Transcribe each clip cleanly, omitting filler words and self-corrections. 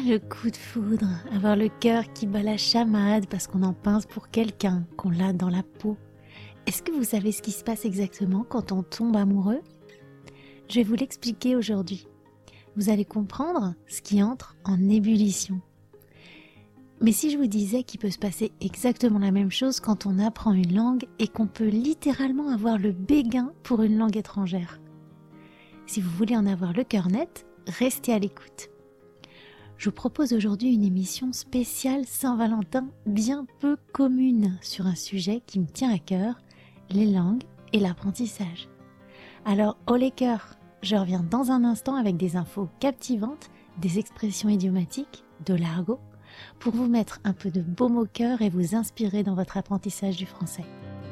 le coup de foudre, avoir le cœur qui bat la chamade parce qu'on en pince pour quelqu'un, qu'on l'a dans la peau. Est-ce que vous savez ce qui se passe exactement quand on tombe amoureux ? Je vais vous l'expliquer aujourd'hui. Vous allez comprendre ce qui entre en ébullition. Mais si je vous disais qu'il peut se passer exactement la même chose quand on apprend une langue et qu'on peut littéralement avoir le béguin pour une langue étrangère ? Si vous voulez en avoir le cœur net, restez à l'écoute. Je vous propose aujourd'hui une émission spéciale Saint-Valentin bien peu commune sur un sujet qui me tient à cœur, les langues et l'apprentissage. Alors, haut les cœurs, je reviens dans un instant avec des infos captivantes, des expressions idiomatiques, de l'argot, pour vous mettre un peu de baume au cœur et vous inspirer dans votre apprentissage du français.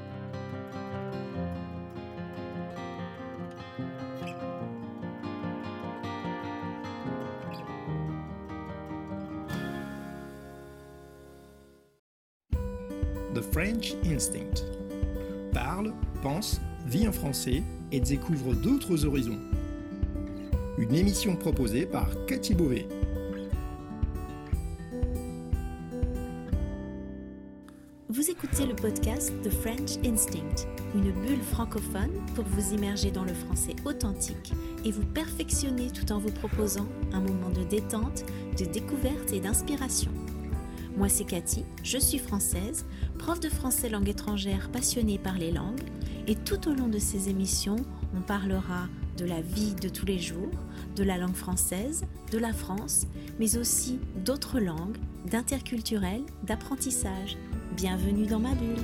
The French Instinct. Parle, pense, vit en français et découvre d'autres horizons. Une émission proposée par Cathy Beauvais. Vous écoutez le podcast The French Instinct, une bulle francophone pour vous immerger dans le français authentique et vous perfectionner tout en vous proposant un moment de détente, de découverte et d'inspiration. Moi c'est Cathy, je suis française, prof de français langue étrangère passionnée par les langues et tout au long de ces émissions, on parlera de la vie de tous les jours, de la langue française, de la France, mais aussi d'autres langues, d'interculturel, d'apprentissage. Bienvenue dans ma bulle.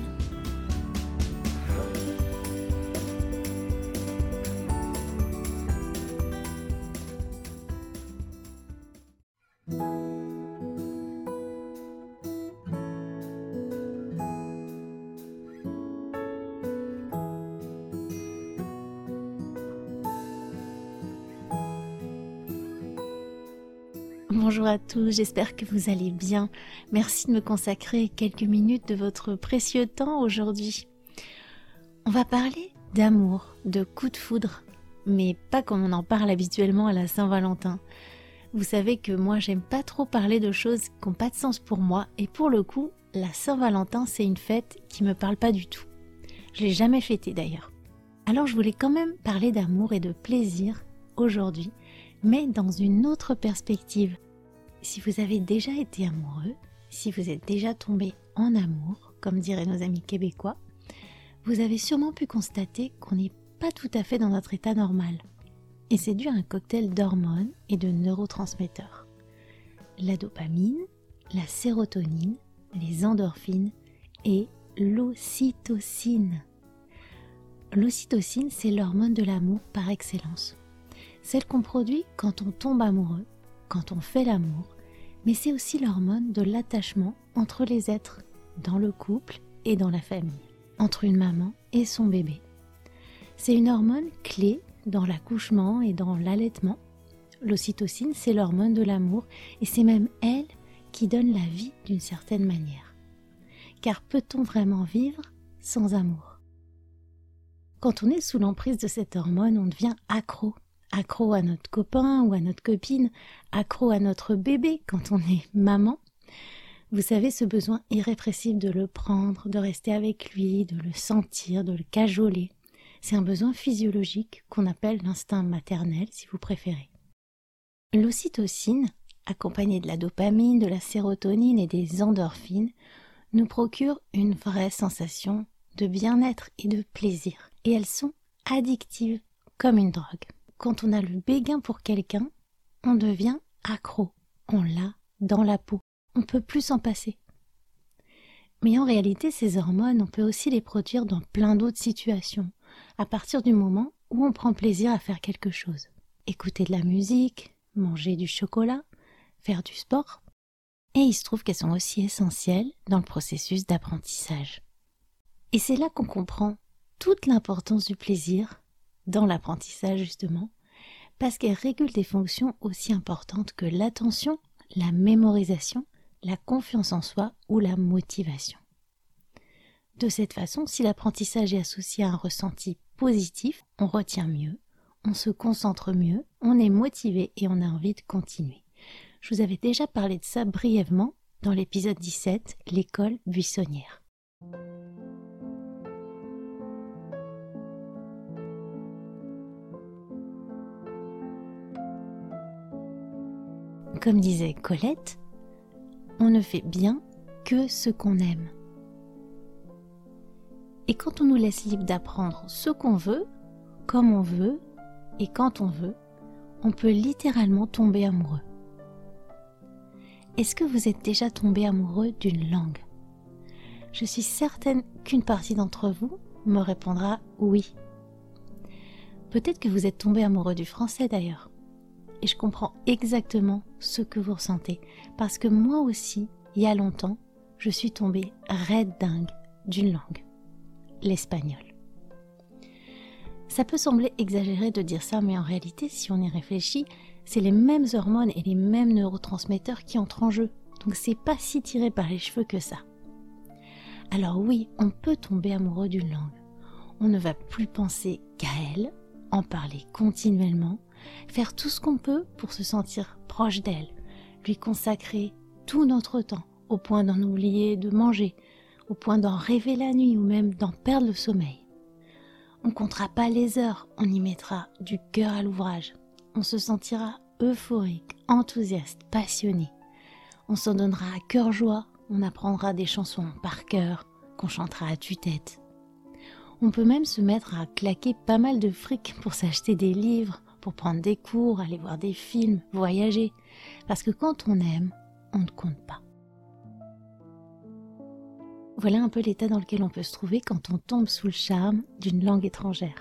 Bonjour à tous, j'espère que vous allez bien. Merci de me consacrer quelques minutes de votre précieux temps aujourd'hui. On va parler d'amour, de coup de foudre, mais pas comme on en parle habituellement à la Saint-Valentin. Vous savez que moi j'aime pas trop parler de choses qui n'ont pas de sens pour moi, et pour le coup, la Saint-Valentin c'est une fête qui me parle pas du tout. Je l'ai jamais fêtée d'ailleurs. Alors je voulais quand même parler d'amour et de plaisir aujourd'hui, mais dans une autre perspective. Si vous avez déjà été amoureux, si vous êtes déjà tombé en amour, comme diraient nos amis québécois, vous avez sûrement pu constater qu'on n'est pas tout à fait dans notre état normal. Et c'est dû à un cocktail d'hormones et de neurotransmetteurs. La dopamine, la sérotonine, les endorphines et l'ocytocine. L'ocytocine, c'est l'hormone de l'amour par excellence. Celle qu'on produit quand on tombe amoureux, quand on fait l'amour, mais c'est aussi l'hormone de l'attachement entre les êtres, dans le couple et dans la famille, entre une maman et son bébé. C'est une hormone clé dans l'accouchement et dans l'allaitement. L'ocytocine, c'est l'hormone de l'amour et c'est même elle qui donne la vie d'une certaine manière. Car peut-on vraiment vivre sans amour ? Quand on est sous l'emprise de cette hormone, on devient accro à notre copain ou à notre copine, accro à notre bébé quand on est maman. Vous savez, ce besoin irrépressible de le prendre, de rester avec lui, de le sentir, de le cajoler. C'est un besoin physiologique qu'on appelle l'instinct maternel, si vous préférez. L'ocytocine, accompagnée de la dopamine, de la sérotonine et des endorphines, nous procure une vraie sensation de bien-être et de plaisir. Et elles sont addictives, comme une drogue. Quand on a le béguin pour quelqu'un, on devient accro. On l'a dans la peau. On ne peut plus s'en passer. Mais en réalité, ces hormones, on peut aussi les produire dans plein d'autres situations, à partir du moment où on prend plaisir à faire quelque chose. Écouter de la musique, manger du chocolat, faire du sport. Et il se trouve qu'elles sont aussi essentielles dans le processus d'apprentissage. Et c'est là qu'on comprend toute l'importance du plaisir dans l'apprentissage justement, parce qu'elle régule des fonctions aussi importantes que l'attention, la mémorisation, la confiance en soi ou la motivation. De cette façon, si l'apprentissage est associé à un ressenti positif, on retient mieux, on se concentre mieux, on est motivé et on a envie de continuer. Je vous avais déjà parlé de ça brièvement dans l'épisode 17, l'école buissonnière. Comme disait Colette, on ne fait bien que ce qu'on aime. Et quand on nous laisse libre d'apprendre ce qu'on veut, comme on veut et quand on veut, on peut littéralement tomber amoureux. Est-ce que vous êtes déjà tombé amoureux d'une langue ? Je suis certaine qu'une partie d'entre vous me répondra oui. Peut-être que vous êtes tombé amoureux du français d'ailleurs. Et je comprends exactement ce que vous ressentez, parce que moi aussi, il y a longtemps, je suis tombée raide dingue d'une langue, l'espagnol. Ça peut sembler exagéré de dire ça, mais en réalité, si on y réfléchit, c'est les mêmes hormones et les mêmes neurotransmetteurs qui entrent en jeu. Donc c'est pas si tiré par les cheveux que ça. Alors oui, on peut tomber amoureux d'une langue. On ne va plus penser qu'à elle, en parler continuellement, faire tout ce qu'on peut pour se sentir proche d'elle, lui consacrer tout notre temps, au point d'en oublier de manger, au point d'en rêver la nuit ou même d'en perdre le sommeil. On comptera pas les heures, on y mettra du cœur à l'ouvrage. On se sentira euphorique, enthousiaste, passionné. On s'en donnera à cœur joie, on apprendra des chansons par cœur, qu'on chantera à tue-tête. On peut même se mettre à claquer pas mal de fric pour s'acheter des livres, pour prendre des cours, aller voir des films, voyager. Parce que quand on aime, on ne compte pas. Voilà un peu l'état dans lequel on peut se trouver quand on tombe sous le charme d'une langue étrangère.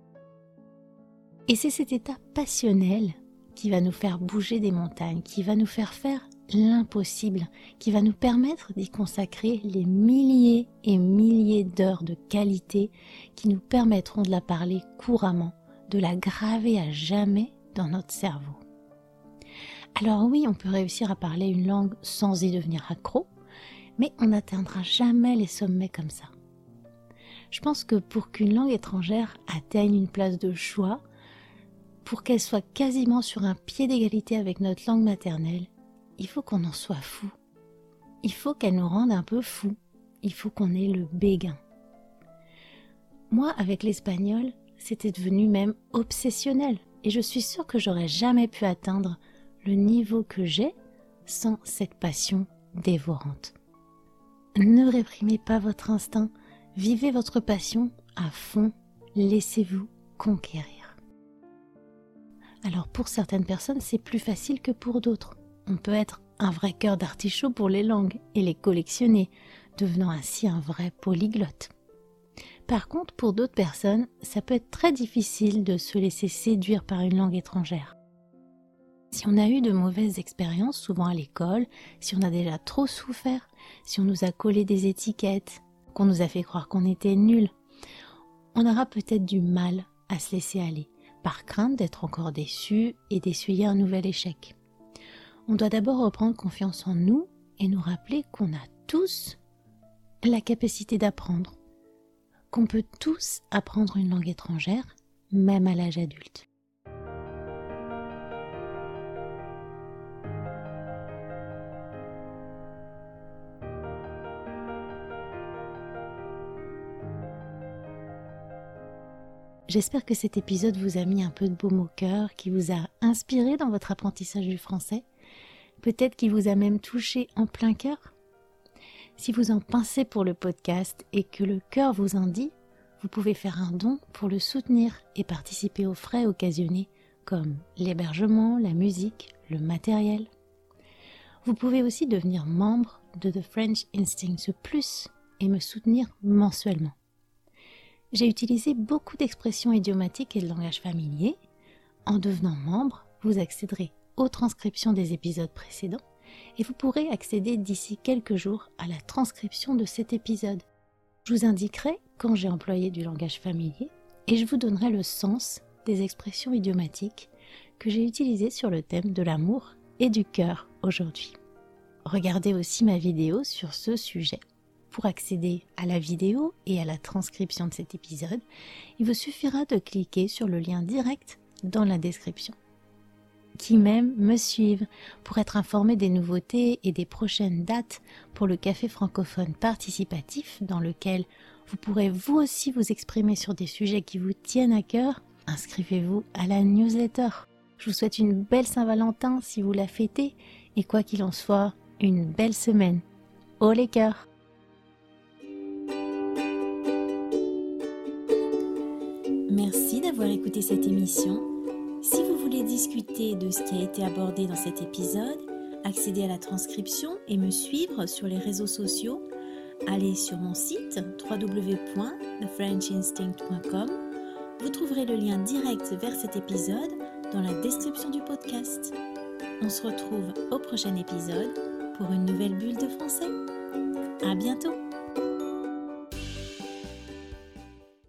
Et c'est cet état passionnel qui va nous faire bouger des montagnes, qui va nous faire l'impossible, qui va nous permettre d'y consacrer les milliers et milliers d'heures de qualité qui nous permettront de la parler couramment, de la graver à jamais dans notre cerveau. Alors oui, on peut réussir à parler une langue sans y devenir accro, mais on n'atteindra jamais les sommets comme ça. Je pense que pour qu'une langue étrangère atteigne une place de choix, pour qu'elle soit quasiment sur un pied d'égalité avec notre langue maternelle, il faut qu'on en soit fou. Il faut qu'elle nous rende un peu fous. Il faut qu'on ait le béguin. Moi, avec l'espagnol, c'était devenu même obsessionnel. Et je suis sûre que j'aurais jamais pu atteindre le niveau que j'ai sans cette passion dévorante. Ne réprimez pas votre instinct. Vivez votre passion à fond. Laissez-vous conquérir. Alors pour certaines personnes, c'est plus facile que pour d'autres. On peut être un vrai cœur d'artichaut pour les langues et les collectionner, devenant ainsi un vrai polyglotte. Par contre, pour d'autres personnes, ça peut être très difficile de se laisser séduire par une langue étrangère. Si on a eu de mauvaises expériences, souvent à l'école, si on a déjà trop souffert, si on nous a collé des étiquettes, qu'on nous a fait croire qu'on était nuls, on aura peut-être du mal à se laisser aller, par crainte d'être encore déçu et d'essuyer un nouvel échec. On doit d'abord reprendre confiance en nous et nous rappeler qu'on a tous la capacité d'apprendre, qu'on peut tous apprendre une langue étrangère, même à l'âge adulte. J'espère que cet épisode vous a mis un peu de baume au cœur, qui vous a inspiré dans votre apprentissage du français. Peut-être qu'il vous a même touché en plein cœur. Si vous en pensez pour le podcast et que le cœur vous en dit, vous pouvez faire un don pour le soutenir et participer aux frais occasionnés comme l'hébergement, la musique, le matériel. Vous pouvez aussi devenir membre de The French Instinct Plus et me soutenir mensuellement. J'ai utilisé beaucoup d'expressions idiomatiques et de langage familier. En devenant membre, vous accéderez aux transcriptions des épisodes précédents et vous pourrez accéder d'ici quelques jours à la transcription de cet épisode. Je vous indiquerai quand j'ai employé du langage familier et je vous donnerai le sens des expressions idiomatiques que j'ai utilisées sur le thème de l'amour et du cœur aujourd'hui. Regardez aussi ma vidéo sur ce sujet. Pour accéder à la vidéo et à la transcription de cet épisode, il vous suffira de cliquer sur le lien direct dans la description. qui m'aiment me suivent pour être informés des nouveautés et des prochaines dates pour le café francophone participatif dans lequel vous pourrez vous aussi vous exprimer sur des sujets qui vous tiennent à cœur. Inscrivez-vous à la newsletter. Je vous souhaite une belle Saint-Valentin si vous la fêtez et quoi qu'il en soit, une belle semaine. Haut les cœurs! Merci d'avoir écouté cette émission. Si vous voulez discuter de ce qui a été abordé dans cet épisode, accéder à la transcription et me suivre sur les réseaux sociaux, allez sur mon site www.thefrenchinstinct.com. Vous trouverez le lien direct vers cet épisode dans la description du podcast. On se retrouve au prochain épisode pour une nouvelle bulle de français. À bientôt!